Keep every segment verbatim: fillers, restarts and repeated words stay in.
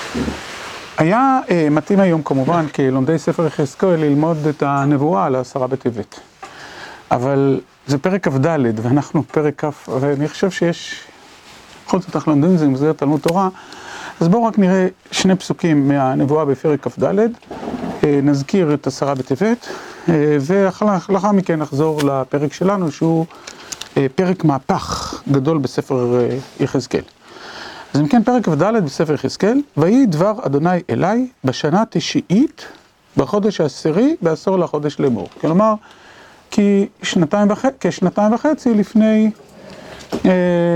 היה מתאים היום כמובן כלומדי ספר יחזקאל ללמוד את הנבואה על העשרה בטבת. אבל זה פרק כ"ד ואנחנו פרק כ', ואני חושב שיש, בכל זאת אנחנו לומדים את זה במסגרת תלמוד תורה, אז בואו רק נראה שני פסוקים מהנבואה בפרק כ"ד, נזכיר את עשרה בטבת, ולאחר מכן נחזור לפרק שלנו שהוא פרק מהפך גדול בספר יחזקאל. אז אם כן, פרק כ"ד בספר יחזקאל, ויהי דבר אדוני אליי בשנה תשיעית, בחודש העשירי, בעשור לחודש לאמור. כלומר, כי שנתיים וחצי, כשנתיים וחצי לפני אה,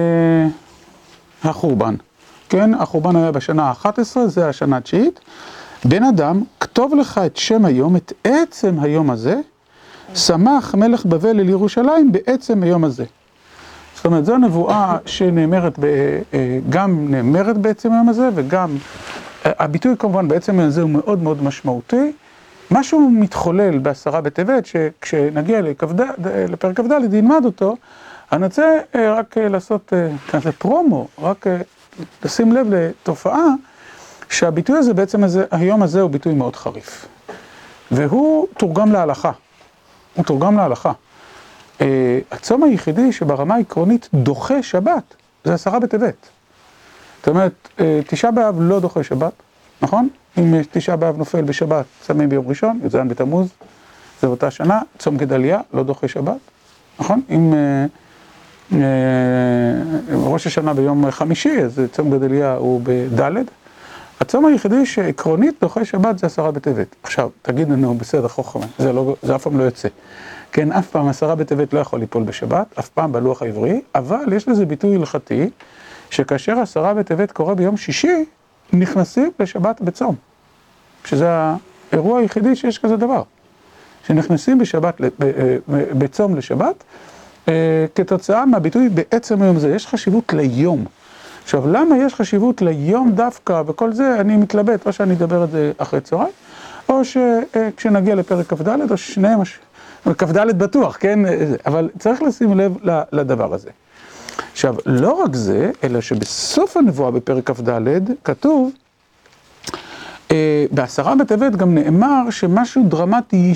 החורבן. כן, החורבן היה בשנה ה-אחת עשרה, זה השנה התשיעית. בן אדם, כתוב לך את שם היום, את עצם היום הזה, שמח מלך בבל אל ירושלים בעצם היום הזה. זאת אומרת, זו נבואה שנאמרת, גם נאמרת בעצם היום הזה, וגם, הביטוי כמובן בעצם הזה הוא מאוד מאוד משמעותי. משהו מתחולל בעשרה בטבת, שכשנגיע לפרק כ"ד, נלמד אותו, אני רוצה רק לעשות כזה פרומו, רק לשים לב לתופעה, שהביטוי הזה בעצם, הזה, היום הזה הוא ביטוי מאוד חריף. והוא תורגם להלכה. הוא תורגם להלכה. Uh, הצום היחידי שברמה העקרונית דוחה שבת, זה עשרה בטבת. זאת אומרת, uh, תשעה באב לא דוחה שבת, נכון? אם תשעה באב נופל בשבת, שמים ביום ראשון, י"ז בתמוז, זה אותה שנה. צום גדליה לא דוחה שבת, נכון? אם uh, uh, ראש השנה ביום חמישי, אז צום גדליה הוא בדלת. הצום היחידי שעקרונית דוחה שבת זה עשרה בטבת. עכשיו, תגיד לנו, בסדר, חוכמה, זה, לא, זה אף פעם לא יוצא. כן, אף פעם עשרה בטבת לא יכול ליפול בשבת, אף פעם בלוח העברי, אבל יש לזה ביטוי הלכתי, שכאשר עשרה בטבת קורה ביום שישי, נכנסים לשבת בצום. שזה האירוע היחידי שיש כזה דבר. שנכנסים בשבת, בצום לשבת, כתוצאה מהביטוי בעצם היום זה. יש חשיבות ליום. עכשיו, למה יש חשיבות ליום דווקא וכל זה, אני מתלבט, או שאני אדבר את זה אחרי צהריים, או שכשנגיע לפרק כ"ד, או שניהם, כ"ד בטוח, כן? אבל צריך לשים לב לדבר הזה. עכשיו, לא רק זה, אלא שבסוף הנבואה בפרק כ"ד כתוב, בעשרה בטבת גם נאמר שמשהו דרמטי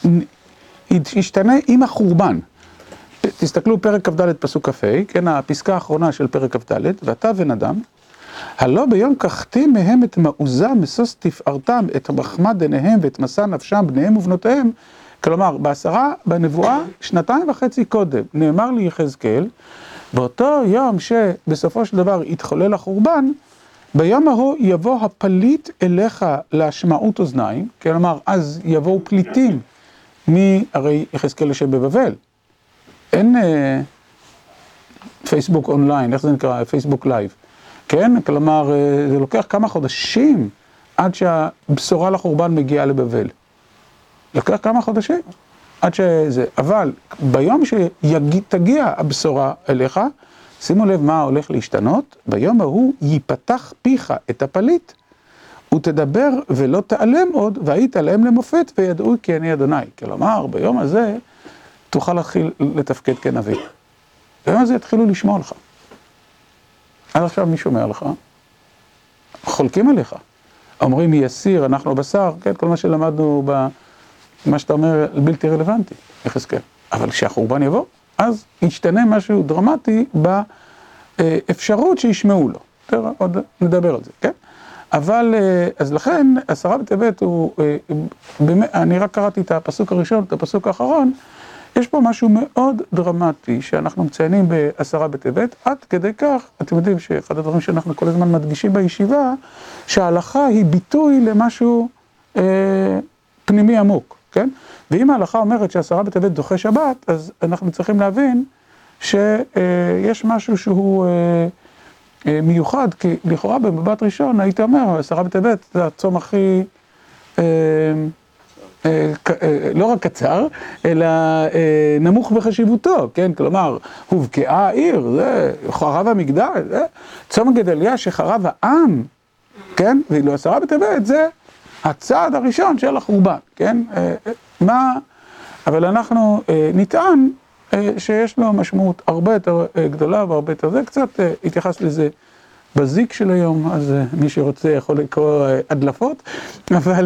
ישתנה עם החורבן. תסתכלו פרק כ"ד פסוק כ"ה, כן, הפסקה האחרונה של פרק כ"ד, ואתה בן אדם, הלא ביום קחתי מהם את מעוזה משוש תפארתם, את מחמד עיניהם ואת מסע נפשם, בניהם ובנותיהם. כלומר, בעשרה, בנבואה, שנתיים וחצי קודם, נאמר לי יחזקאל, באותו יום שבסופו של דבר יתחולל החורבן, ביום ההוא יבוא הפליט אליך להשמעות אוזניים, כלומר, אז יבואו פליטים מהרי יחזקאל שבבבל. אין אה, פייסבוק אונליין, איך זה נקרא? פייסבוק לייב. כן? כלומר, אה, זה לוקח כמה חודשים עד שהבשורה לחורבן מגיעה לבבל. לוקח כמה חודשים עד שזה. אבל ביום שתגיע הבשורה אליך, שימו לב מה הולך להשתנות, ביום ההוא ייפתח פיך את הפליט, ותדבר ולא תעלם עוד, והיית להם למופת וידעו כי אני אדוני. כלומר, ביום הזה תוכל להתחיל לתפקד כנביא. ביום הזה יתחילו לשמוע לך. עד עכשיו מי שומע לך? חולקים עליך. אומרים יסיר, אנחנו בשר, כן, כל מה שלמדנו במה שאתה אומר בלתי רלוונטי, יחזקאל. אבל כשהחורבן יבוא, אז ישתנה משהו דרמטי באפשרות שישמעו לו. תראה, עוד נדבר על זה, כן? אבל, אז לכן, עשרה בטבת הוא, אני רק קראתי את הפסוק הראשון, את הפסוק האחרון, יש פה משהו מאוד דרמטי שאנחנו מציינים בעשרה בטבת, עד כדי כך, אתם יודעים שאחד הדברים שאנחנו כל הזמן מדגישים בישיבה, שההלכה היא ביטוי למשהו אה, פנימי עמוק, כן? ואם ההלכה אומרת שעשרה בטבת דוחה שבת, אז אנחנו צריכים להבין שיש משהו שהוא אה, אה, מיוחד, כי לכאורה במבט ראשון היית אומר, עשרה בטבת זה הצום הכי אה, לא רק קצר, אלא נמוך בחשיבותו, כן? כלומר, הובקעה העיר, זה חרב המקדש, זה צום גדליה שחרב העם, כן? ואילו עשרה בטבת זה הצעד הראשון של החורבן, כן? מה? אבל אנחנו נטען שיש לו משמעות הרבה יותר גדולה והרבה יותר זה, קצת התייחס לזה בזיק של היום, אז מי שרוצה יכול לקרוא הדלפות, אבל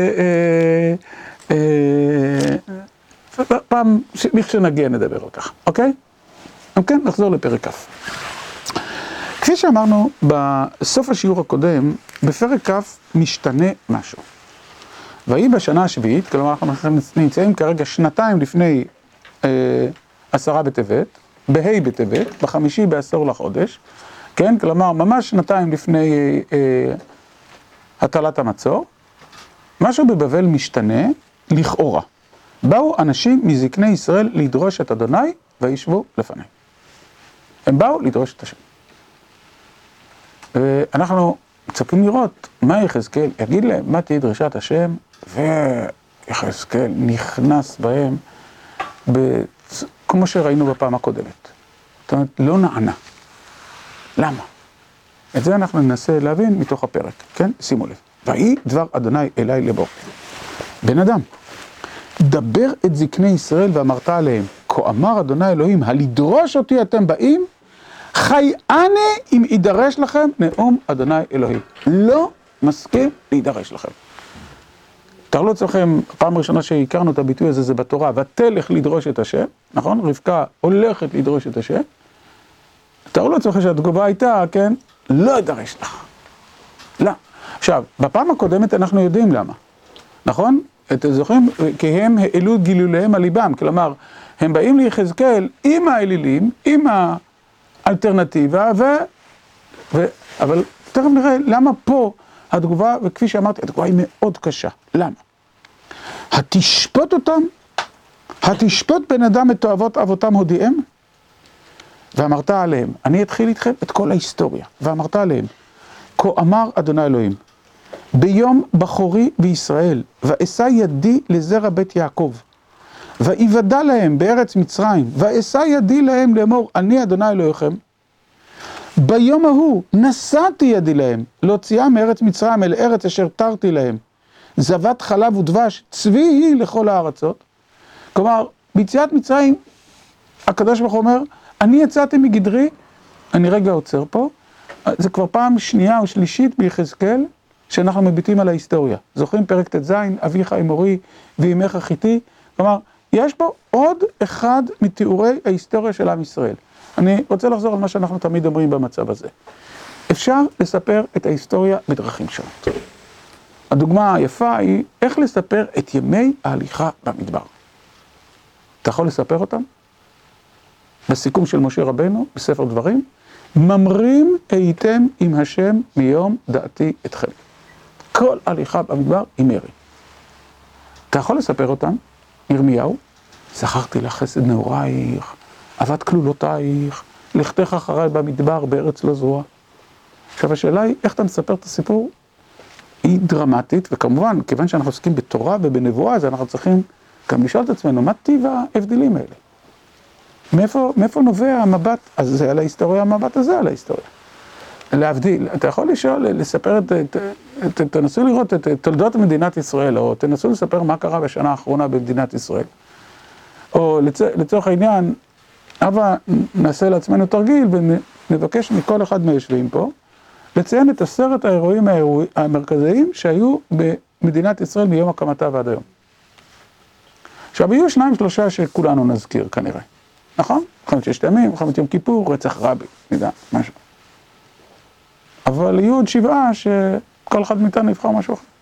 פעם, כשנגיע נדבר על כך, אוקיי? אוקיי, נחזור לפרק כ'. כפי שאמרנו בסוף השיעור הקודם, בפרק כ' משתנה משהו. והיא בשנה השביעית, כלומר אנחנו נמצאים כרגע שנתיים לפני אה, עשרה בטבת, בהי בטבת, בחמישי בעשור לחודש, כן? כלומר ממש שנתיים לפני אה, הטלת המצור, משהו בבבל משתנה לכאורה. באו אנשים מזקני ישראל לדרוש את אדוני וישבו לפני. הם באו לדרוש את השם. ואנחנו מצפים לראות מה יחזקאל יגיד להם, מה תהיה דרישת השם, ויחזקאל נכנס בהם, ב... כמו שראינו בפעם הקודמת. זאת אומרת, לא נענה. למה? את זה אנחנו ננסה להבין מתוך הפרק, כן? שימו לב. ויהי דבר אדוני אליי לאמור. בן אדם, דבר את זקני ישראל ואמרת עליהם, כה אמר אדוני אלוהים, הלדרוש אותי אתם באים, חי אני אם יידרש לכם נאום אדוני אלוהים. לא מסכים להידרש לכם. תארו לעצמכם, פעם ראשונה שהכרנו את הביטוי הזה, זה בתורה, ותלך לדרוש את השם, נכון? רבקה הולכת לדרוש את השם. תארו לעצמכם שהתגובה הייתה, כן? לא יידרש לך. לא. עכשיו, בפעם הקודמת אנחנו יודעים למה. נכון? אתם זוכרים? כי הם העלו גילוליהם על ליבם. כלומר, הם באים ליחזקאל עם האלילים, עם האלטרנטיבה, ו... ו... אבל תכף נראה למה פה התגובה, וכפי שאמרתי, התגובה היא מאוד קשה. למה? התשפוט אותם, התשפוט בן אדם את תועבות אבותם הודיעם, ואמרת עליהם, אני אתחיל איתכם את כל ההיסטוריה, ואמרת עליהם, כה אמר אדוני אלוהים, ביום בחורי בישראל, ואשא ידי לזרע בית יעקב, ויוודע להם בארץ מצרים, ואשא ידי להם לאמור, אני אדוני אלוהיכם, ביום ההוא נשאתי ידי להם, להוציאם מארץ מצרים אל ארץ אשר תרתי להם, זבת חלב ודבש, צבי היא לכל הארצות. כלומר, ביציאת מצרים, הקדוש ברוך הוא אומר, אני יצאתי מגדרי, אני רגע עוצר פה, זה כבר פעם שנייה או שלישית ביחזקאל, שאנחנו מביטים על ההיסטוריה. זוכרים פרק ט"ז, אביך אמורי ואימך חיתי? כלומר, יש פה עוד אחד מתיאורי ההיסטוריה של עם ישראל. אני רוצה לחזור על מה שאנחנו תמיד אומרים במצב הזה. אפשר לספר את ההיסטוריה בדרכים שונות. הדוגמה היפה היא איך לספר את ימי ההליכה במדבר. אתה יכול לספר אותם? בסיכום של משה רבנו, בספר דברים, ממרים הייתם עם השם מיום דעתי אתכם. כל הליכה במדבר היא מרי. אתה יכול לספר אותם, ירמיהו, זכרתי לך חסד נעורייך, אהבת כלולותייך, לכתך אחריי במדבר בארץ לא זרוע. עכשיו השאלה היא, איך אתה מספר את הסיפור? היא דרמטית, וכמובן, כיוון שאנחנו עוסקים בתורה ובנבואה, אז אנחנו צריכים גם לשאול את עצמנו, מה טיב ההבדלים האלה? מאיפה, מאיפה נובע המבט הזה על ההיסטוריה, המבט הזה על ההיסטוריה? להבדיל, אתה יכול לשאול, לספר את, את, את, תנסו לראות את תולדות מדינת ישראל, או תנסו לספר מה קרה בשנה האחרונה במדינת ישראל. או לצ, לצורך העניין, אבל נעשה לעצמנו תרגיל ונבקש מכל אחד מהיושבים פה, לציין את עשרת האירועים המרכזיים שהיו במדינת ישראל מיום הקמתה ועד היום. עכשיו, יהיו שניים שלושה שכולנו נזכיר כנראה, נכון? מלחמת ששת הימים, מלחמת יום כיפור, רצח רבין, נדע, משהו. אבל יהיו עוד שבעה שכל אחד מאיתנו יבחר משהו אחר.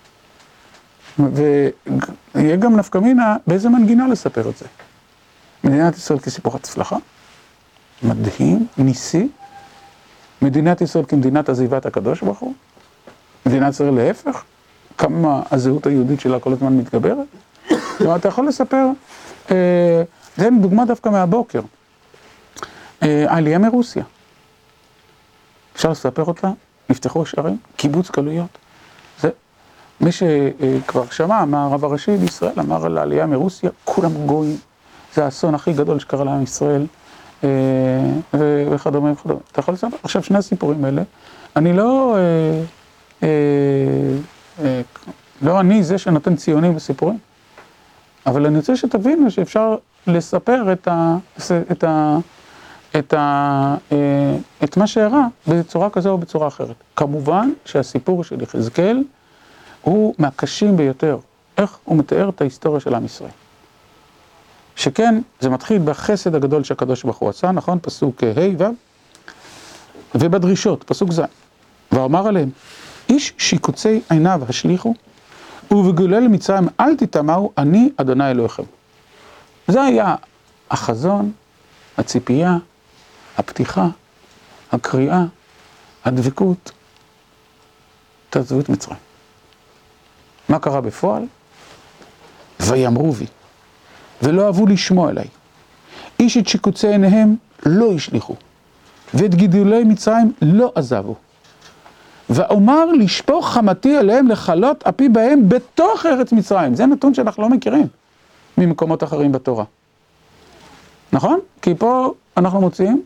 ויהיה גם נפקא מינה באיזה מנגינה לספר את זה. מדינת ישראל כסיפור הצלחה, מדהים, ניסי, מדינת ישראל כמדינת עזיבת הקדוש ברוך הוא, מדינת ישראל להפך, כמה הזהות היהודית שלה כל הזמן מתגברת. כלומר, אתה יכול לספר, אה, זה דוגמה דווקא מהבוקר, אה, העלייה מרוסיה. אפשר לספר אותה, נפתחו השערים, קיבוץ גלויות. זה, מי שכבר שמע, מה הרב הראשי בישראל אמר על העלייה מרוסיה, כולם גויים, זה האסון הכי גדול שקרה לעם ישראל, אה, וכדומה וכדומה. אתה יכול לספר? עכשיו, שני הסיפורים האלה, אני לא, אה, אה, אה, לא אני זה שנותן ציונים בסיפורים, אבל אני רוצה שתבינו שאפשר לספר את, ה, את, ה, את, ה, את מה שהראה בצורה כזו או בצורה אחרת. כמובן שהסיפור של יחזקאל הוא מהקשים ביותר. איך הוא מתאר את ההיסטוריה של עם ישראל. שכן, זה מתחיל בחסד הגדול שהקדוש ברוך הוא עשה, נכון? פסוק ה' ו' ובדרישות, פסוק ז'. ואמר עליהם, איש שיקוצי עיניו השליחו, ובגולי למצרים אל תטמאו, אני אדוני אלוהיכם. זה היה החזון, הציפייה, הפתיחה, הקריאה, הדבקות, תעזבו את מצרים. מה קרה בפועל? ויאמרו בי, ולא אהבו לשמוע אליי. איש את שיקוצי עיניהם לא ישליחו, ואת גידולי מצרים לא עזבו. ואומר לשפוך חמתי עליהם לכלות אפי בהם בתוך ארץ מצרים. זה נתון שאנחנו לא מכירים ממקומות אחרים בתורה. נכון? כי פה אנחנו מוצאים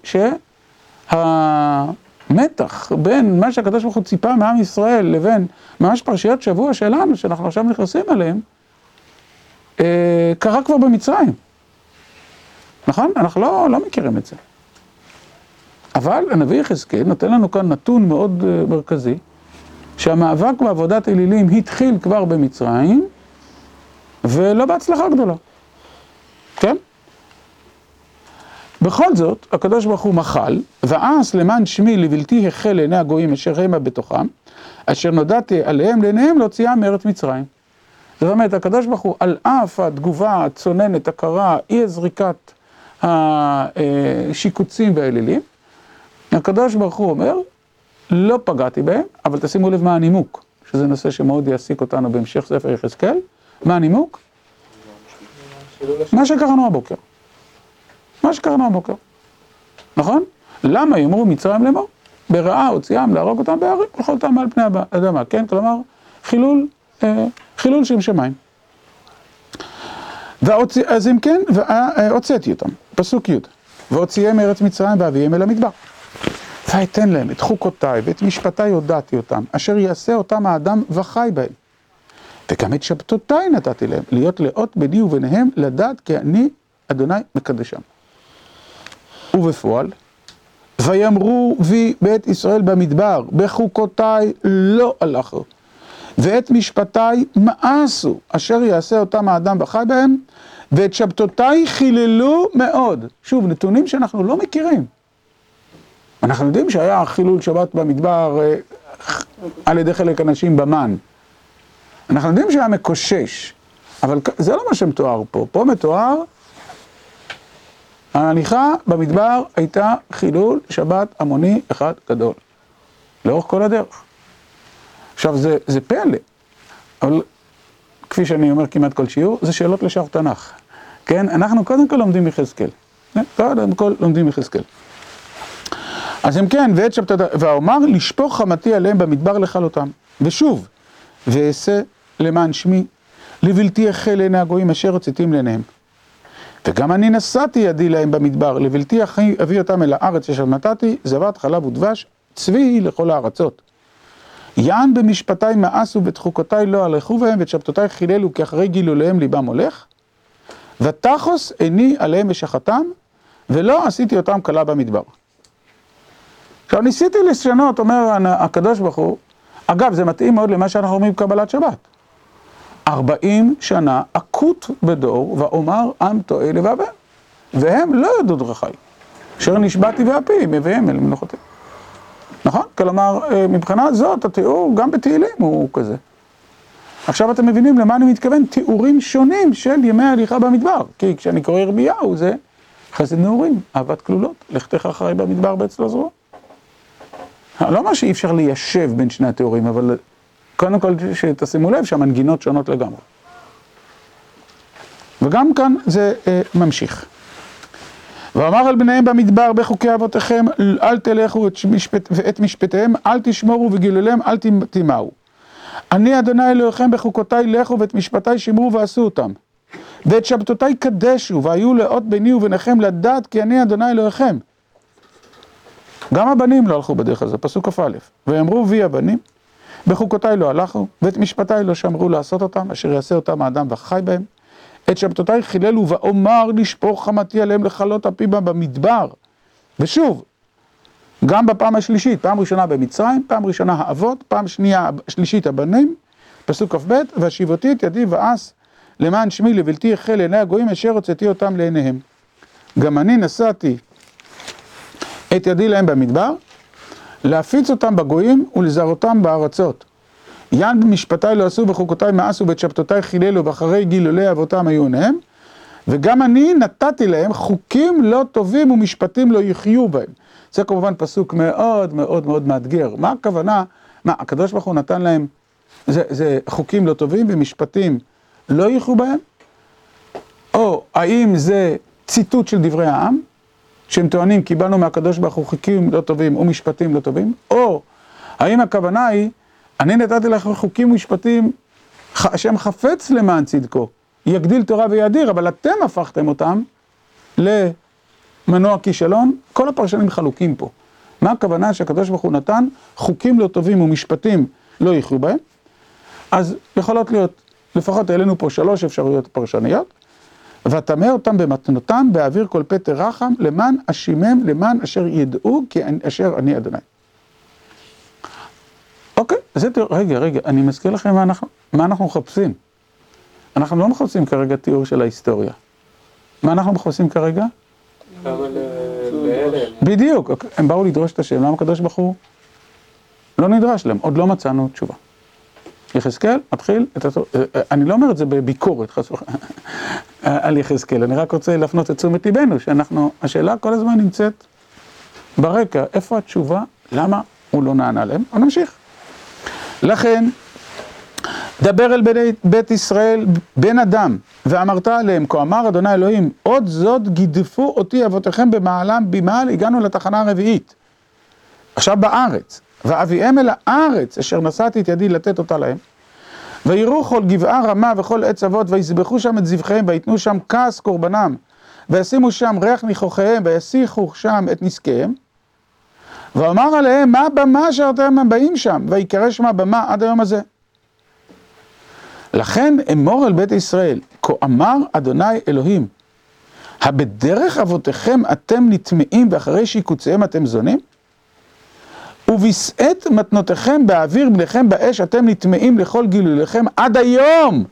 שהמתח בין מה שהקדוש ברוך הוא ציפה מעם ישראל לבין ממש פרשיות שבוע שלנו שאנחנו עכשיו נכנסים אליהם, אה, קרה כבר במצרים. נכון? אנחנו לא, לא מכירים את זה. אבל הנביא יחזקאל נותן לנו כאן נתון מאוד uh, מרכזי, שהמאבק בעבודת אלילים התחיל כבר במצרים, ולא בהצלחה גדולה. כן? בכל זאת, הקדוש ברוך הוא מחל, ועש למען שמי לבלתי החל לעיני הגויים אשר המה בתוכם, אשר נודעתי עליהם לעיניהם להוציאם מארץ מצרים. זאת אומרת, הקדוש ברוך הוא, על אף התגובה, הצוננת, הקרה, אי הזריקת השיקוצים והאלילים, הקדוש ברוך הוא אומר, לא פגעתי בהם, אבל תשימו לב מה הנימוק, שזה נושא שמאוד יעסיק אותנו בהמשך ספר יחזקאל. מה הנימוק? מה שקראנו הבוקר. מה שקראנו הבוקר. נכון? למה יאמרו מצרים לאמור? ברעה הוציאם להרוג אותם בהרים, ולכל אותם על פני האדמה, כן? כלומר, חילול, אה, חילול שם שמיים. והוציא, אז אם כן, והוצאתי אותם, פסוק י' והוציאם מארץ מצרים ואביהם אל המדבר. ואתן להם את חוקותיי ואת משפטיי הודעתי אותם, אשר יעשה אותם האדם וחי בהם. וגם את שבתותיי נתתי להם, להיות לאות ביני וביניהם, לדעת כי אני אדוני מקדשם. ובפועל, ויאמרו בי בית ישראל במדבר, בחוקותיי לא הלכו, ואת משפטיי מאסו, אשר יעשה אותם האדם וחי בהם, ואת שבתותיי חיללו מאוד. שוב, נתונים שאנחנו לא מכירים. אנחנו יודעים שהיה חילול שבת במדבר אה, על ידי חלק אנשים במן. אנחנו יודעים שהיה מקושש, אבל זה לא מה שמתואר פה. פה מתואר, ההליכה במדבר הייתה חילול שבת המוני אחד גדול. לאורך כל הדרך. עכשיו זה, זה פלא, אבל כפי שאני אומר כמעט כל שיעור, זה שאלות לשאר תנ"ך. כן? אנחנו קודם כל לומדים יחזקאל. קודם כל לומדים יחזקאל. אז אם כן, ואת שבתותיי, ואומר לשפוך חמתי עליהם במדבר לכלותם. ושוב, ואעשה למען שמי, לבלתי החל לעיני הגויים אשר הוצאתים לעיניהם. וגם אני נשאתי ידי להם במדבר, לבלתי אביא אותם אל הארץ אשר נתתי, זבת חלב ודבש, צבי לכל הארצות. יען במשפטיי מאסו ואת חוקותיי לא הלכו בהם, ואת שבתותיי חיללו כי אחרי גילוליהם ליבם הולך, ותחוס עיני עליהם ושחתם, ולא עשיתי אותם קלה במדבר. עכשיו ניסיתי לשנות, אומר הקדוש ברוך הוא, אגב זה מתאים מאוד למה שאנחנו אומרים בקבלת שבת. ארבעים שנה עקות בדור, ואומר עם טועה לבבל, והם לא ידעו דרכי, אשר נשבעתי ואפי, מביאים אל מנוחתי. נכון? כלומר, מבחינה זאת, התיאור גם בתהילים הוא כזה. עכשיו אתם מבינים למה אני מתכוון, תיאורים שונים של ימי ההליכה במדבר. כי כשאני קורא ירמיהו זה חסד נעורים, אהבת כלולות, לכתך אחרי במדבר בעץ לא זרוע. לא אומר שאי אפשר ליישב בין שני התיאורים, אבל קודם כל שתשימו לב שהמנגינות שונות לגמרי. וגם כאן זה אה, ממשיך. ואמר על בניהם במדבר בחוקי אבותיכם, אל תלכו את משפט, ואת משפטיהם, אל תשמורו וגילוליהם, אל תטמאו. אני אדוני אלוהיכם בחוקותיי לכו ואת משפטיי שמרו ועשו אותם. ואת שבתותיי קדשו והיו לאות ביני וביניכם לדעת כי אני אדוני אלוהיכם. גם הבנים לא הלכו בדרך הזה, פסוק כ"א. ואמרו בי הבנים, בחוקותיי לא הלכו, ואת משפטיי לא שמרו לעשות אותם, אשר יעשה אותם האדם וחי בהם. את שבתותיי חיללו ואומר לשפוך חמתי עליהם לכלות אפי במדבר, ושוב, גם בפעם השלישית, פעם ראשונה במצרים, פעם ראשונה האבות, פעם שנייה, שלישית הבנים, פסוק כ"ב, והשיבותי את ידי ועש למען שמי לבלתי יחל לעיני הגויים אשר הוצאתי אותם לעיניהם. גם אני נשאתי את ידי להם במדבר, להפיץ אותם בגויים ולזרותם בארצות. יען במשפטי לא עשו בחוקותי מאסו בית שבתותי חיללו ואחרי גילולי אבותם היו עיניהם, וגם אני נתתי להם חוקים לא טובים ומשפטים לא יחיו בהם. זה כמובן פסוק מאוד מאוד מאוד מאתגר. מה הכוונה? מה, הקדוש ברוך הוא נתן להם, זה, זה חוקים לא טובים ומשפטים לא יחיו בהם? או האם זה ציטוט של דברי העם, שהם טוענים קיבלנו מהקדוש ברוך הוא חוקים לא טובים ומשפטים לא טובים? או האם הכוונה היא, אני נתתי לכם חוקים ומשפטים, השם חפץ למען צדקו, יגדיל תורה ויאדיר, אבל אתם הפכתם אותם למנוע כישלון? כל הפרשנים חלוקים פה. מה הכוונה שהקדוש ברוך הוא נתן חוקים לא טובים ומשפטים לא יחיו בהם? אז יכולות להיות, לפחות העלינו פה שלוש אפשרויות פרשניות, ותמה אותם במתנותם באוויר כל פטר רחם, למען אשימם, למען אשר ידעו כי אשר אני אדוני. אוקיי, זה תיאור, רגע, רגע, אני מזכיר לכם מה אנחנו, מה אנחנו מחפשים. אנחנו לא מחפשים כרגע תיאור של ההיסטוריה. מה אנחנו מחפשים כרגע? כמה לאלה. בדיוק, הם באו לדרוש את השם, למה הקדוש ברוך הוא? לא נדרש להם, עוד לא מצאנו תשובה. יחזקאל מתחיל, את התור... אני לא אומר את זה בביקורת על יחזקאל, אני רק רוצה להפנות את תשומת ליבנו, שאנחנו, השאלה כל הזמן נמצאת ברקע, איפה התשובה, למה הוא לא נענה להם? אבל נמשיך. לכן, דבר אל בית, בית ישראל בן אדם, ואמרת עליהם, כה אמר אדוני אלוהים, עוד זאת גידפו אותי אבותיכם במעלם במעל, הגענו לתחנה הרביעית. עכשיו בארץ, ואביהם אל הארץ, אשר נשאתי את ידי לתת אותה להם, ויראו כל גבעה רמה וכל עץ אבות, ויזבחו שם את זבחיהם, ויתנו שם כעס קורבנם, וישימו שם ריח ניחוחיהם, ויסיחו שם את נזקיהם, ואמר עליהם, מה הבמה אשר אתם באים שם? ויקרא שמה במה עד היום הזה. לכן אמור אל בית ישראל, כה אמר אדוני אלוהים, הבדרך אבותיכם אתם נטמעים, ואחרי שיקוציהם אתם זונים? ובשאת מתנותיכם באוויר בניכם באש אתם נטמעים לכל גילוליכם עד היום.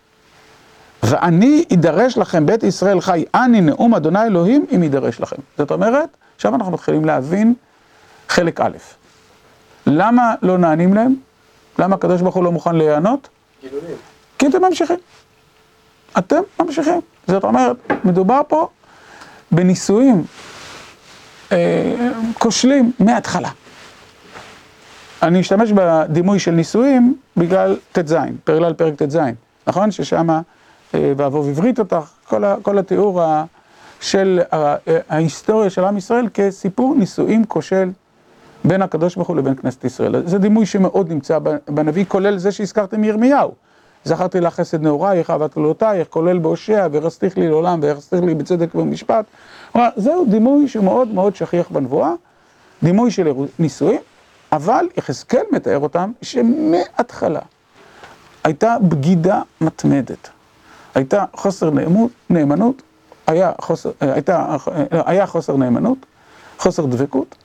ואני אדרש לכם בית ישראל חי, אני נאום אדוני אלוהים אם ידרש לכם. זאת אומרת, עכשיו אנחנו מתחילים להבין חלק א'. למה לא נענים להם? למה הקדוש ברוך הוא לא מוכן להיענות? גילולים. כי אתם ממשיכים. אתם ממשיכים. זאת אומרת, מדובר פה בניסויים אה, כושלים מההתחלה. אני אשתמש בדימוי של ניסויים בגלל ת' פרלל פרק ת', נכון? ששם ואבוב עברית אותך, כל, ה, כל התיאור ה, של ה, ההיסטוריה של עם ישראל כסיפור ניסויים כושל בין הקדוש ברוך הוא לבין כנסת ישראל. זה דימוי שמאוד נמצא בנביא, כולל זה שהזכרתם מירמיהו. זכרתי לך חסד נעורייך, אהבת כלולותייך, כולל בהושע, ורסתיך לי לעולם, ורסתיך לי בצדק ובמשפט. זהו דימוי שמאוד מאוד שכיח בנבואה, דימוי של ניסויים, אבל יחזקאל מתאר אותם שמההתחלה הייתה בגידה מתמדת. הייתה חוסר נאמנות, נאמנות, היה חוסר, הייתה, היה חוסר נאמנות, חוסר דבקות,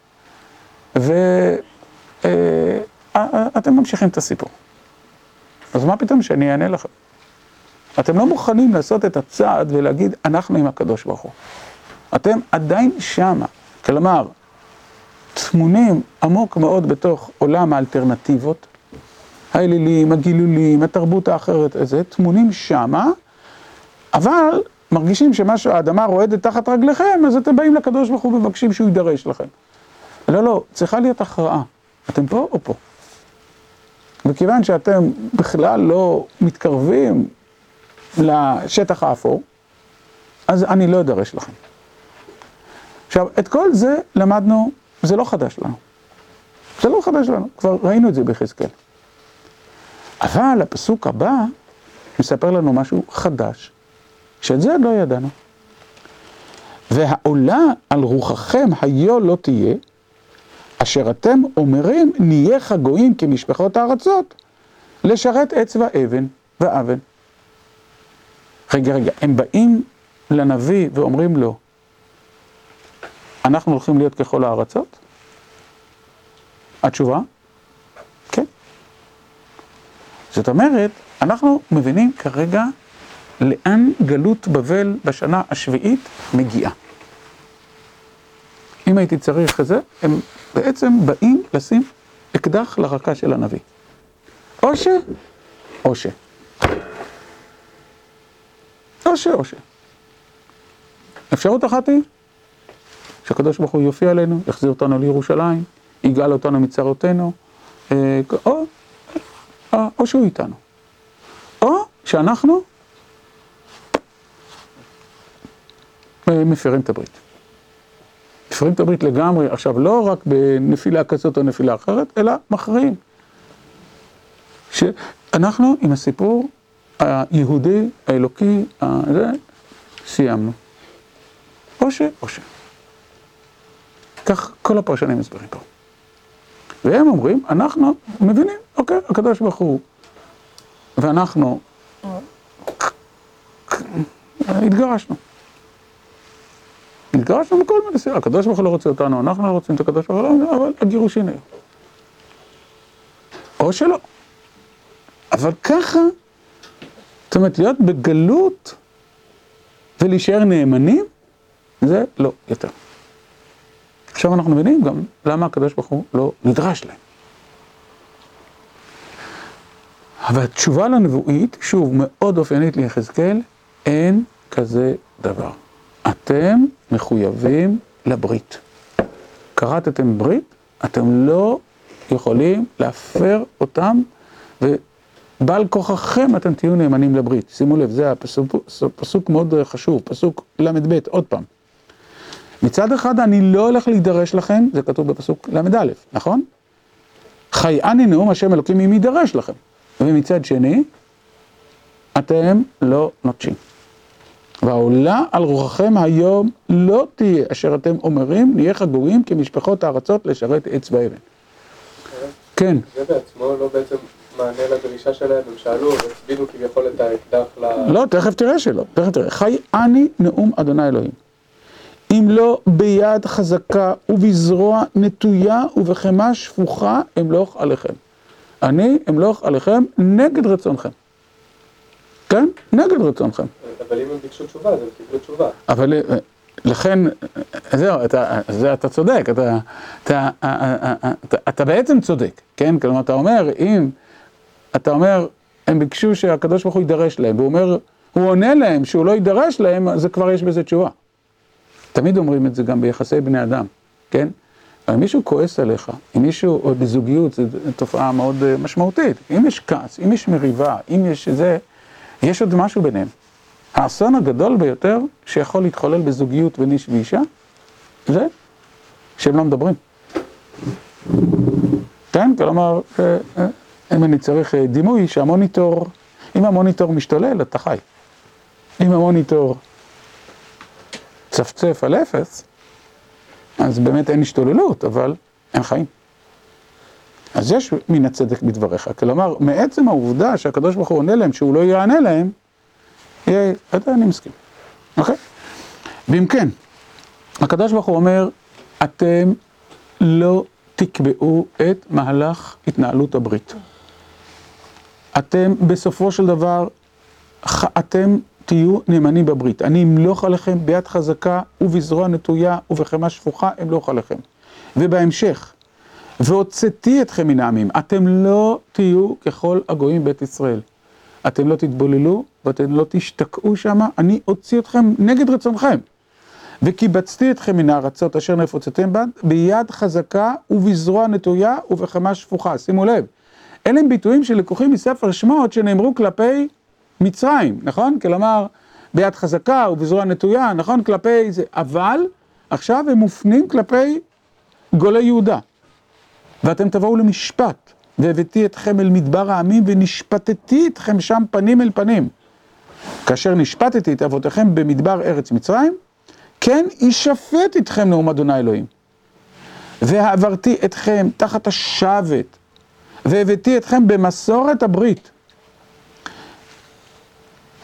ואתם ממשיכים את הסיפור. אז מה פתאום שאני אענה לכם? אתם לא מוכנים לעשות את הצעד ולהגיד, אנחנו עם הקדוש ברוך הוא. אתם עדיין שמה, כלומר, תמונים עמוק מאוד בתוך עולם האלטרנטיבות, האלילים, הגילולים, התרבות האחרת, הזה, תמונים שמה, אבל מרגישים שמשהו, האדמה רועדת תחת רגליכם, אז אתם באים לקדוש ברוך הוא ומבקשים שהוא יידרש לכם. לא, לא, צריכה להיות הכרעה. אתם פה או פה? וכיוון שאתם בכלל לא מתקרבים לשטח האפור, אז אני לא אדרש לכם. עכשיו, את כל זה למדנו, זה לא חדש לנו. זה לא חדש לנו, כבר ראינו את זה ביחזקאל. אבל הפסוק הבא מספר לנו משהו חדש, שאת זה לא ידענו. והעולה על רוחכם היו לא תהיה, אשר אתם אומרים נהיה חגויים כמשפחות הארצות, לשרת עץ ואבן ואבן. רגע, רגע, הם באים לנביא ואומרים לו, אנחנו הולכים להיות ככל הארצות? התשובה? כן. זאת אומרת, אנחנו מבינים כרגע לאן גלות בבל בשנה השביעית מגיעה. אם הייתי צריך את זה, הם בעצם באים לשים אקדח לרקה של הנביא. או ש, או ש. או ש, או ש. אפשרות אחת היא שהקדוש ברוך הוא יופיע עלינו, יחזיר אותנו לירושלים, יגאל אותנו מצרותינו, או, או שהוא איתנו. או שאנחנו מפרים את הברית. מפרים את הברית לגמרי, עכשיו לא רק בנפילה כזאת או נפילה אחרת, אלא מכריעים. שאנחנו עם הסיפור היהודי, האלוקי, הזה, סיימנו. או ש, או ש. כך כל הפרשנים מסבירים פה. והם אומרים, אנחנו מבינים, אוקיי, הקדוש ברוך הוא, ואנחנו התגרשנו. התגרשנו מכל מיני סיבה, הקדוש ברוך הוא לא רוצה אותנו, אנחנו לא רוצים את הקדוש ברוך הוא, אבל הגירושין היו. או שלא. אבל ככה, זאת אומרת, להיות בגלות ולהישאר נאמנים, זה לא יותר. עכשיו אנחנו מבינים גם למה הקדוש ברוך הוא לא נדרש להם. אבל התשובה לנבואית, שוב, מאוד אופיינית ליחזקאל, אין כזה דבר. אתם מחויבים לברית. קראתם ברית, אתם לא יכולים להפר אותם, ובעל כוחכם אתם תהיו נאמנים לברית. שימו לב, זה הפסוק, פסוק מאוד חשוב, פסוק למד ב' עוד פעם. מצד אחד אני לא הולך להידרש לכם, זה כתוב בפסוק למד א', נכון? חייאני נאום השם אלוקים אם יידרש לכם. ומצד שני, אתם לא נוטשים. והעולה על רוחכם היום לא תהיה, אשר אתם אומרים, נהיה חגורים כמשפחות הארצות לשרת עץ ואבן. כן. זה בעצמו לא בעצם מענה לדרישה שלהם, הם שאלו, והצבינו כביכול את האקדח ל... לא, תכף תראה שלא, תכף תראה. חייאני נאום אדוני אלוהים. אם לא ביד חזקה ובזרוע נטויה ובחמה שפוכה אמלוך עליכם. אני אמלוך עליכם נגד רצונכם. כן? נגד רצונכם. אבל אם הם ביקשו תשובה, אז הם קיבלו תשובה. אבל לכן, זהו, אתה, זה, אתה צודק, אתה, אתה, אתה, אתה בעצם צודק, כן? כלומר, אתה אומר, אם, אתה אומר, הם ביקשו שהקדוש ברוך הוא יידרש להם, והוא אומר, הוא עונה להם שהוא לא יידרש להם, אז כבר יש בזה תשובה. תמיד אומרים את זה גם ביחסי בני אדם, כן? אם מישהו כועס עליך, אם מישהו, או בזוגיות, זו תופעה מאוד משמעותית. אם יש כעס, אם יש מריבה, אם יש זה, יש עוד משהו ביניהם. האסון הגדול ביותר שיכול להתחולל בזוגיות בין איש ואישה, זה שהם לא מדברים. כן? כלומר, אם אני צריך דימוי שהמוניטור, אם המוניטור משתולל, אתה חי. אם המוניטור צפצף על אפס, אז באמת אין השתוללות, אבל אין חיים. אז יש מן הצדק בדבריך. כלומר, מעצם העובדה שהקדוש ברוך הוא עונה להם, שהוא לא יענה להם, יהיה, אתה אני מסכים. אוקיי? ואם כן, הקדוש ברוך הוא אומר, אתם לא תקבעו את מהלך התנהלות הברית. אתם בסופו של דבר, אתם תהיו נאמנים בברית. אני אמלוך עליכם ביד חזקה ובזרוע נטויה ובחמה שפוכה אמלוך עליכם. ובהמשך, והוצאתי אתכם מן העמים, אתם לא תהיו ככל הגויים בית ישראל. אתם לא תתבוללו ואתם לא תשתקעו שמה, אני אוציא אתכם נגד רצונכם. וקיבצתי אתכם מן הארצות אשר נפוצתם בה, ביד חזקה ובזרוע נטויה ובחמה שפוכה. שימו לב, אלה הם ביטויים שלקוחים מספר שמות שנאמרו כלפי מצרים, נכון? כלומר, ביד חזקה ובזרוע נטויה, נכון? כלפי זה, אבל עכשיו הם מופנים כלפי גולי יהודה. ואתם תבואו למשפט, והבאתי אתכם אל מדבר העמים, ונשפטתי אתכם שם פנים אל פנים. כאשר נשפטתי את אבותיכם במדבר ארץ מצרים, כן ישפט אתכם נאום אדוני אלוהים. והעברתי אתכם תחת השבת, והבאתי אתכם במסורת הברית.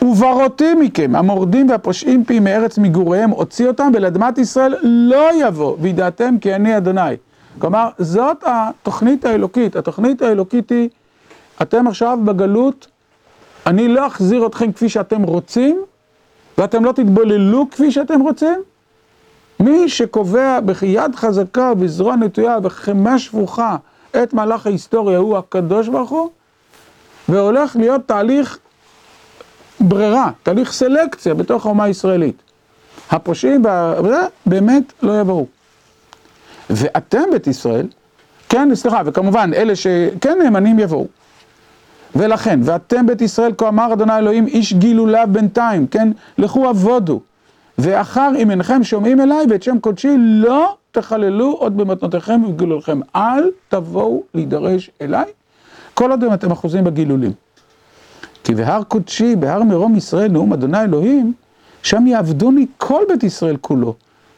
וברותי מכם, המורדים והפושעים פי מארץ מגוריהם, הוציא אותם, ולאדמת ישראל לא יבוא, וידעתם כי אני אדוני. כלומר, זאת התוכנית האלוקית. התוכנית האלוקית היא, אתם עכשיו בגלות, אני לא אחזיר אתכם כפי שאתם רוצים, ואתם לא תתבוללו כפי שאתם רוצים. מי שקובע ביד חזקה ובזרוע נטויה וחמה שפוכה את מהלך ההיסטוריה הוא הקדוש ברוך הוא, והולך להיות תהליך ברירה, תהליך סלקציה בתוך האומה הישראלית. הפושעים באמת לא יבואו. ואתם בית ישראל, כן, סליחה, וכמובן אלה שכן נאמנים יבואו. ולכן, ואתם בית ישראל, כה אמר אדוני אלוהים, איש גילוליו בינתיים, כן, לכו עבודו. ואחר אם אינכם שומעים אליי ואת שם קודשי, לא תחללו עוד במתנותיכם ובגילולכם. אל תבואו להידרש אליי, כל עוד אתם אחוזים בגילולים. כי בהר קודשי, בהר מרום ישראל, נאום אדוני אלוהים, שם יעבדוני כל בית ישראל כולו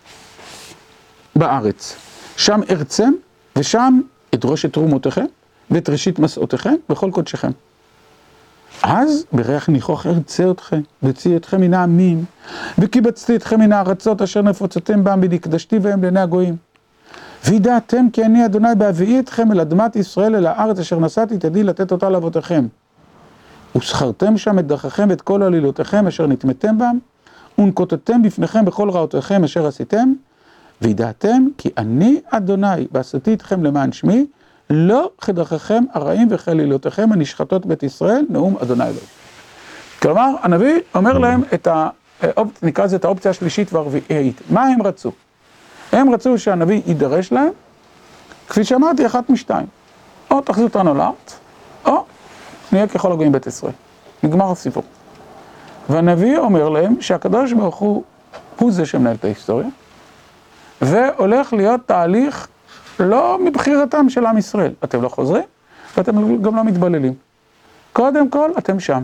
בארץ. שם ארצם, ושם אדרוש את תרומותיכם, ואת ראשית מסעותיכם, וכל קודשכם. אז בריח ניחוח ארצה אתכם, וציא אתכם מן העמים, וקיבצתי אתכם מן הארצות אשר נפוצתם בם, ונקדשתי בהם לעיני הגויים. וידעתם כי אני אדוני בהביאי אתכם אל אדמת ישראל, אל הארץ אשר נשאתי את ידי לתת אותה לאבותיכם. ושכרתם שם את דרכיכם ואת כל עלילותיכם אשר נטמאתם בם, ונקוטטתם בפניכם בכל רעותיכם אשר עשיתם, וידעתם כי אני אדוני ועשיתי אתכם למען שמי, לא כדרכיכם הרעים וכעלילותיכם הנשחטות בית ישראל, נאום אדוני אלוהים. כלומר, הנביא אומר להם את ה... נקרא לזה את האופציה השלישית והרביעית. מה הם רצו? הם רצו שהנביא יידרש להם, כפי שאמרתי, אחת משתיים. או תחזיר אותנו לארץ, או נהיה ככל הגויים בית ישראל. נגמר הסיפור. והנביא אומר להם שהקדוש ברוך הוא, הוא זה שמנהל את ההיסטוריה, והולך להיות תהליך לא מבחירתם של עם ישראל. אתם לא חוזרים, ואתם גם לא מתבוללים. קודם כל, אתם שם.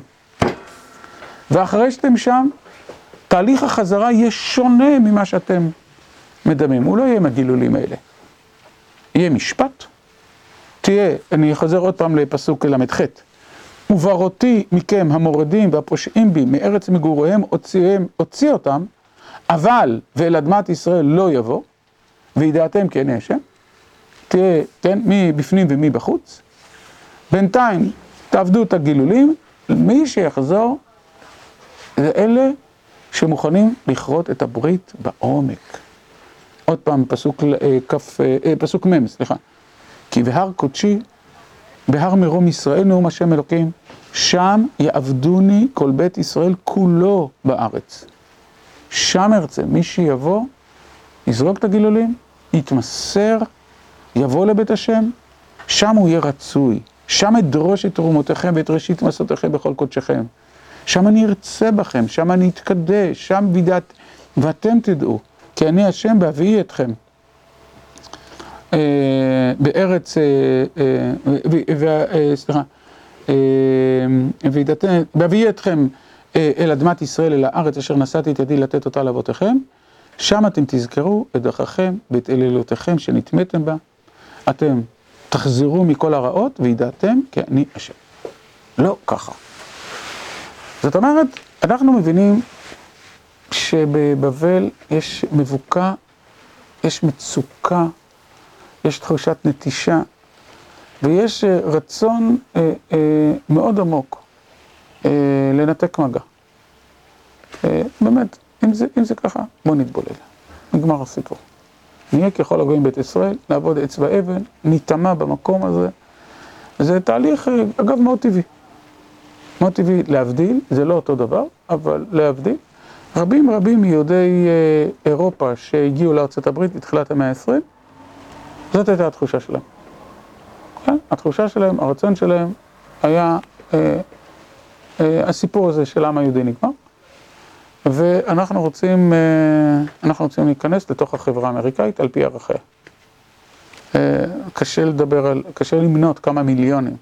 ואחרי שאתם שם, תהליך החזרה יהיה שונה ממה שאתם מדמים. הוא לא יהיה עם הגילולים האלה. יהיה משפט. תהיה, אני חוזר עוד פעם לפסוק למד ח' וברותי מכם המורדים והפושעים בי מארץ מגוריהם הוציאם, הוציא אותם, אבל ואל אדמת ישראל לא יבוא, וידעתם כי אני השם. תהיה, כן, מי בפנים ומי בחוץ. בינתיים תעבדו את הגילולים, מי שיחזור זה אלה שמוכנים לכרות את הברית בעומק. עוד פעם, פסוק, כף, פסוק מם, סליחה. כי בהר קודשי, בהר מרום ישראל נאום השם אלוקים, שם יעבדוני כל בית ישראל כולו בארץ. שם ארצה, מי שיבוא, יזרוק את הגילולים, יתמסר, יבוא לבית השם, שם הוא יהיה רצוי. שם אדרוש את תרומותיכם ואת ראשית מסעותיכם בכל קודשכם. שם אני ארצה בכם, שם אני אתקדש, שם בידת, ואתם תדעו, כי אני השם בהביאי אתכם. בארץ, סליחה, בהביאי אתכם אל אדמת ישראל, אל הארץ אשר נשאתי את ידי לתת אותה לאבותיכם, שם אתם תזכרו את דרכיכם ואת אלילותיכם שנטמאתם בה, אתם תחזרו מכל הרעות וידעתם כי אני השם. לא ככה. זאת אומרת, אנחנו מבינים שבבבל יש מבוקה, יש מצוקה, יש תחושת נטישה, ויש רצון אה, אה, מאוד עמוק אה, לנתק מגע. אה, באמת, אם זה, אם זה ככה, בוא נתבולל. נגמר הסיפור. נהיה ככל הגויים בית ישראל, לעבוד אצבע אבן, ניטמע במקום הזה. זה תהליך, אגב, מאוד טבעי. מאוד טבעי להבדיל, זה לא אותו דבר, אבל להבדיל. רבים רבים מיהודי אירופה שהגיעו לארצות הברית בתחילת המאה ה-עשרים, זאת הייתה התחושה שלהם. כן? התחושה שלהם, הרצון שלהם, היה אה, אה, הסיפור הזה של העם היהודי נגמר, ואנחנו רוצים, אה, אנחנו רוצים להיכנס לתוך החברה האמריקאית על פי ערכיה. אה, קשה לדבר על, קשה למנות כמה מיליונים.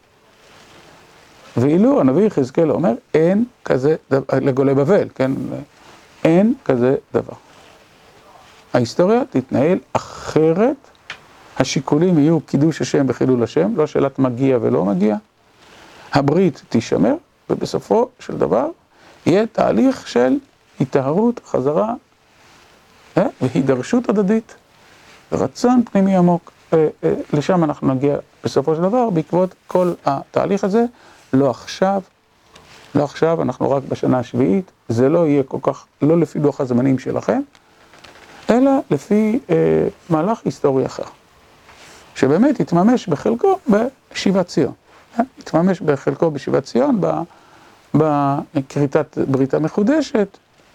ואילו הנביא יחזקאל אומר, אין כזה דבר, לגולי בבל, כן? אין כזה דבר. ההיסטוריה תתנהל אחרת, השיקולים יהיו קידוש השם בחילול השם, לא שאלת מגיע ולא מגיע. הברית תישמר, ובסופו של דבר יהיה תהליך של התאהרות, חזרה, אה? והידרשות הדדית, רצון פנימי עמוק. אה, אה, לשם אנחנו נגיע בסופו של דבר, בעקבות כל התהליך הזה, לא עכשיו, לא עכשיו, אנחנו רק בשנה השביעית, זה לא יהיה כל כך, לא לפי לוח הזמנים שלכם, אלא לפי אה, מהלך היסטורי אחר, שבאמת יתממש בחלקו בשיבת ציון. אה? יתממש בחלקו בשיבת ציון, בכריתת ברית המחודשת,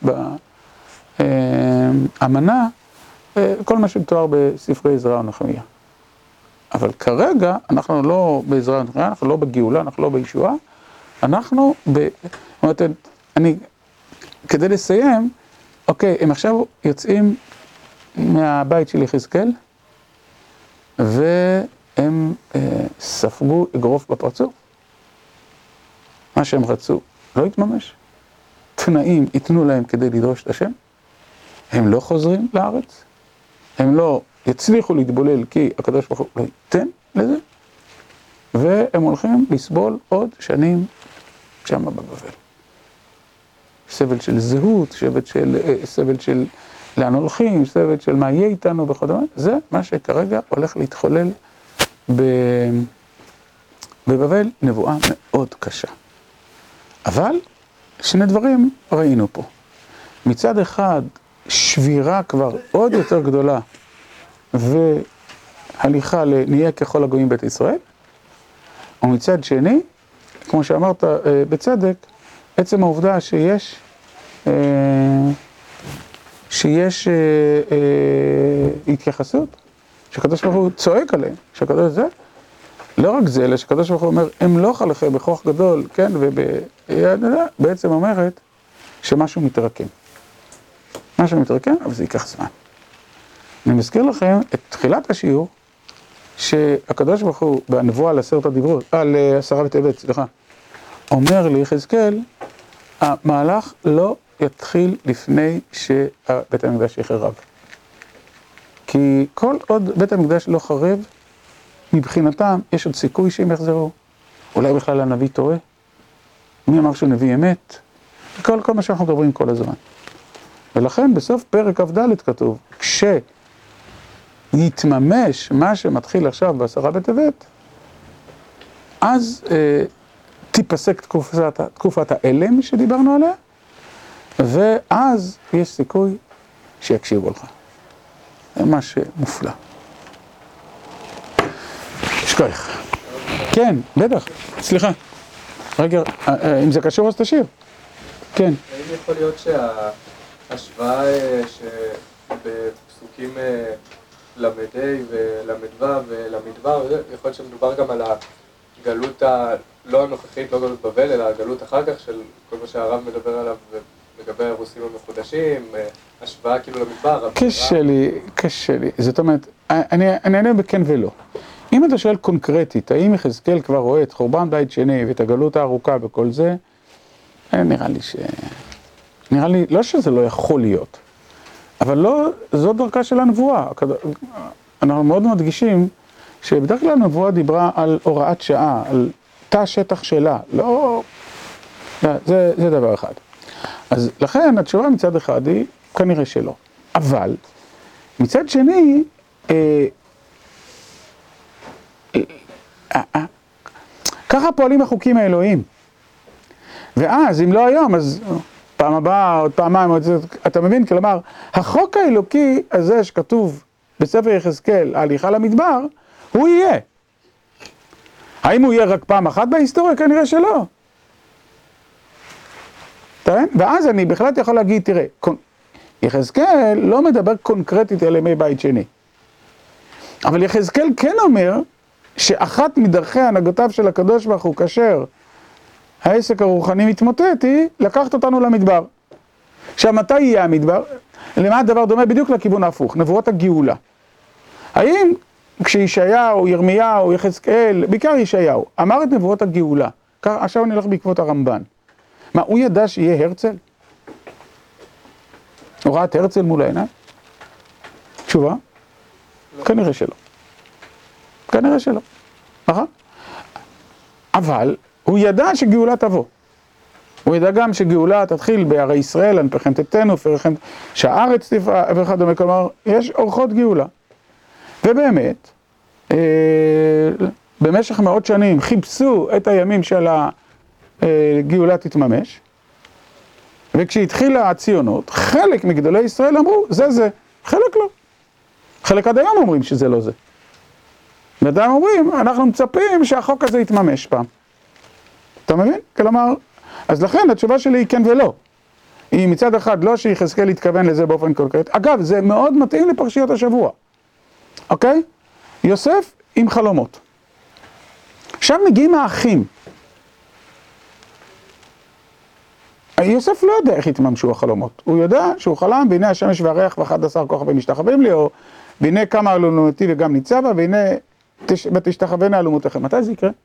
באמנה, אה, כל מה שמתואר בספרי עזרא ונחמיה. אבל כרגע אנחנו לא בעזרא ונחמיה, אנחנו לא בגאולה, אנחנו לא בישועה, אנחנו ב... זאת אומרת, אני, כדי לסיים, אוקיי, הם עכשיו יוצאים מהבית של יחזקאל, והם אה, ספגו אגרוף בפרצוף. מה שהם רצו לא יתממש. תנאים ייתנו להם כדי לדרוש את השם. הם לא חוזרים לארץ. הם לא יצליחו להתבולל כי הקדוש ברוך הוא לא ייתן לזה. והם הולכים לסבול עוד שנים שם בבבל. סבל של זהות, סבל של, סבל של לאן הולכים, סבל של מה יהיה איתנו בכל דבר. זה מה שכרגע הולך להתחולל בבבל, נבואה מאוד קשה. אבל שני דברים ראינו פה. מצד אחד, שבירה כבר עוד יותר גדולה, והליכה לנהיה ככל הגויים בית ישראל, ומצד שני, כמו שאמרת בצדק, עצם העובדה שיש, שיש התייחסות, שהקדוש ברוך הוא צועק עליהם, שהקדוש זה, לא רק זה, אלא שהקדוש ברוך הוא אומר, הם לא חלכם בכוח גדול, כן, ובעצם אומרת שמשהו מתרקם. משהו מתרקם, אבל זה ייקח זמן. אני מזכיר לכם את תחילת השיעור, שהקדוש ברוך הוא, בנבואה על עשרת הדיברות, על עשרה בטבת, סליחה, אומר ליחזקאל, המהלך לא יתחיל לפני שבית המקדש יחרב. כי כל עוד בית המקדש לא חרב, מבחינתם יש עוד סיכוי שהם יחזרו. אולי בכלל הנביא טועה. מי אמר שהוא נביא אמת? כל, כל מה שאנחנו מדברים כל הזמן. ולכן בסוף פרק כ"ד כתוב, כשיתממש מה שמתחיל עכשיו בעשרה בטבת, אז אה, תיפסק תקופת, תקופת האלם שדיברנו עליה, ואז יש סיכוי שיקשיבו לך. זה ממש מופלא. שכוח. כן, בטח. סליחה. רגע, אם זה קשור אז תשאיר. כן. האם יכול להיות שההשוואה שבפסוקים למדי ולמדווה ולמדבר, יכול להיות שמדובר גם על הגלות הלא הנוכחית, לא גלות בבל, אלא הגלות אחר כך של כל מה שהרב מדבר עליו לגבי הרוסים המחודשים, השוואה כאילו למדבר. קשה לי, קשה לי. זאת אומרת, אני אענה בכן ולא. אם אתה שואל קונקרטית, האם יחזקאל כבר רואה את חורבן בית שני ואת הגלות הארוכה בכל זה, נראה לי ש... נראה לי, לא שזה לא יכול להיות, אבל לא, זו דרכה של הנבואה. אנחנו מאוד מדגישים שבדרך כלל הנבואה דיברה על הוראת שעה, על תא שטח שלה, לא... זה, זה דבר אחד. אז לכן התשובה מצד אחד היא כנראה שלא. אבל מצד שני, אה, ככה פועלים החוקים האלוהים. ואז, אם לא היום, אז פעם הבאה, עוד פעמיים, אתה מבין? כלומר, החוק האלוקי הזה שכתוב בספר יחזקאל, ההליכה למדבר, הוא יהיה. האם הוא יהיה רק פעם אחת בהיסטוריה? כנראה שלא. ואז אני בהחלט יכול להגיד, תראה, יחזקאל לא מדבר קונקרטית על ימי בית שני. אבל יחזקאל כן אומר, שאחת מדרכי הנהגותיו של הקדוש ברוך הוא כאשר העסק הרוחני מתמוטט היא לקחת אותנו למדבר. עכשיו מתי יהיה המדבר? למה הדבר דומה? בדיוק לכיוון ההפוך, נבואות הגאולה. האם כשישעיהו, ירמיהו, יחזקאל, בעיקר ישעיהו, אמר את נבואות הגאולה, עכשיו אני הולך בעקבות הרמב"ן. מה, הוא ידע שיהיה הרצל? הוא ראה את הרצל מול העיניים? תשובה? כנראה שלא. כנראה שלא, נכון? אבל הוא ידע שגאולה תבוא. הוא ידע גם שגאולה תתחיל בערי ישראל, הנפכם תתנו, פרחם, שהארץ תפרח וכדומה, כלומר, יש אורחות גאולה. ובאמת, אה, במשך מאות שנים חיפשו את הימים של הגאולה תתממש, וכשהתחילה הציונות, חלק מגדולי ישראל אמרו, זה זה, חלק לא. חלק עד היום אומרים שזה לא זה. ועדיין אומרים, אנחנו מצפים שהחוק הזה יתממש פעם. אתה מבין? כלומר, אז לכן התשובה שלי היא כן ולא. היא מצד אחד לא שיחזקאל יתכוון לזה באופן קונקרטי. אגב, זה מאוד מתאים לפרשיות השבוע. אוקיי? יוסף עם חלומות. עכשיו מגיעים האחים. יוסף לא יודע איך התממשו החלומות. הוא יודע שהוא חלם, והנה השמש והריח ואחד עשר כוכבים משתחווים לי, או והנה כמה אלומותי וגם ניצבה, והנה ותשתחווינה אלומותיכם. מתי זה יקרה?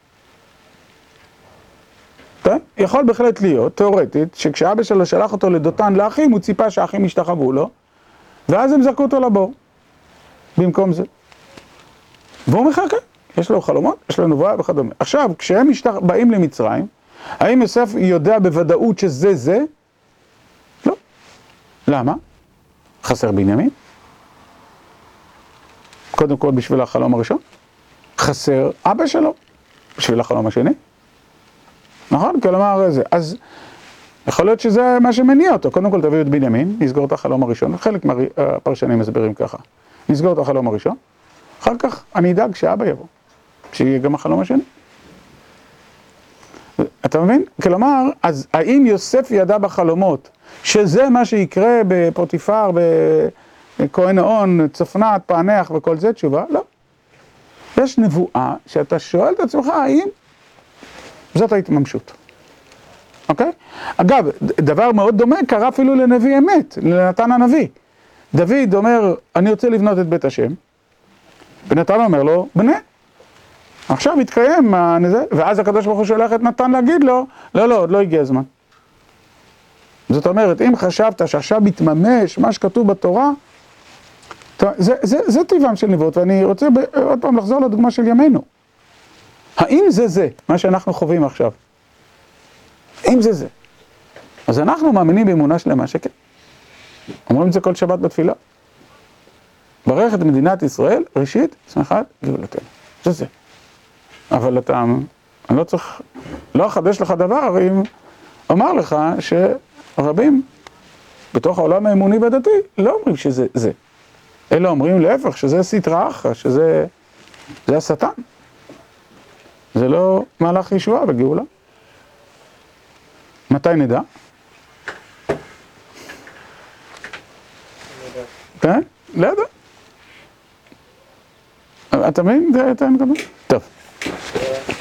יכול בהחלט להיות, תיאורטית, שכשאבא שלו שלח אותו לדותן לאחים, הוא ציפה שהאחים ישתחוו לו, ואז הם זרקו אותו לבור, במקום זה. והוא מחכה, יש לו חלומות, יש לו נבואה וכדומה. עכשיו, כשהם משתח... באים למצרים, האם יוסף יודע בוודאות שזה זה? לא. למה? חסר בנימין. קודם כל בשביל החלום הראשון. חסר אבא שלו, בשביל החלום השני. נכון? כלומר זה. אז יכול להיות שזה מה שמניע אותו. קודם כל תביאו את בנימין, נסגור את החלום הראשון. חלק מהפרשנים מסבירים ככה. נסגור את החלום הראשון. אחר כך אני אדאג שאבא יבוא. שיהיה גם החלום השני. אתה מבין? כלומר, אז האם יוסף ידע בחלומות שזה מה שיקרה בפוטיפר, בכהן האון, צפנת, פענח וכל זה? תשובה? לא. יש נבואה שאתה שואל את עצמך האם זאת ההתממשות. אוקיי? אגב, דבר מאוד דומה קרה אפילו לנביא אמת, לנתן הנביא. דוד אומר, אני רוצה לבנות את בית השם, ונתן אומר לו, בנה. עכשיו התקיים, ואז הקדוש ברוך הוא שולח את נתן להגיד לו, לא, לא, עוד לא הגיע הזמן. זאת אומרת, אם חשבת שעכשיו מתממש מה שכתוב בתורה, זה, זה, זה טבעם של נבואות, ואני רוצה עוד פעם לחזור לדוגמה של ימינו. האם זה זה, מה שאנחנו חווים עכשיו? האם זה זה? אז אנחנו מאמינים באמונה שלמה שכן. אומרים את זה כל שבת בתפילה. ברך את מדינת ישראל, ראשית, שמחת גאולתנו. זה זה. אבל אתה, אני לא צריך, לא אחדש לך דבר אם אומר לך שרבים בתוך העולם האמוני והדתי לא אומרים שזה זה. אלא אומרים להפך, שזה סטרא אחרא, שזה זה השטן. זה לא מהלך ישועה וגאולה. מתי נדע? כן? לא יודע. אתה מבין? אתה מבין? טוב.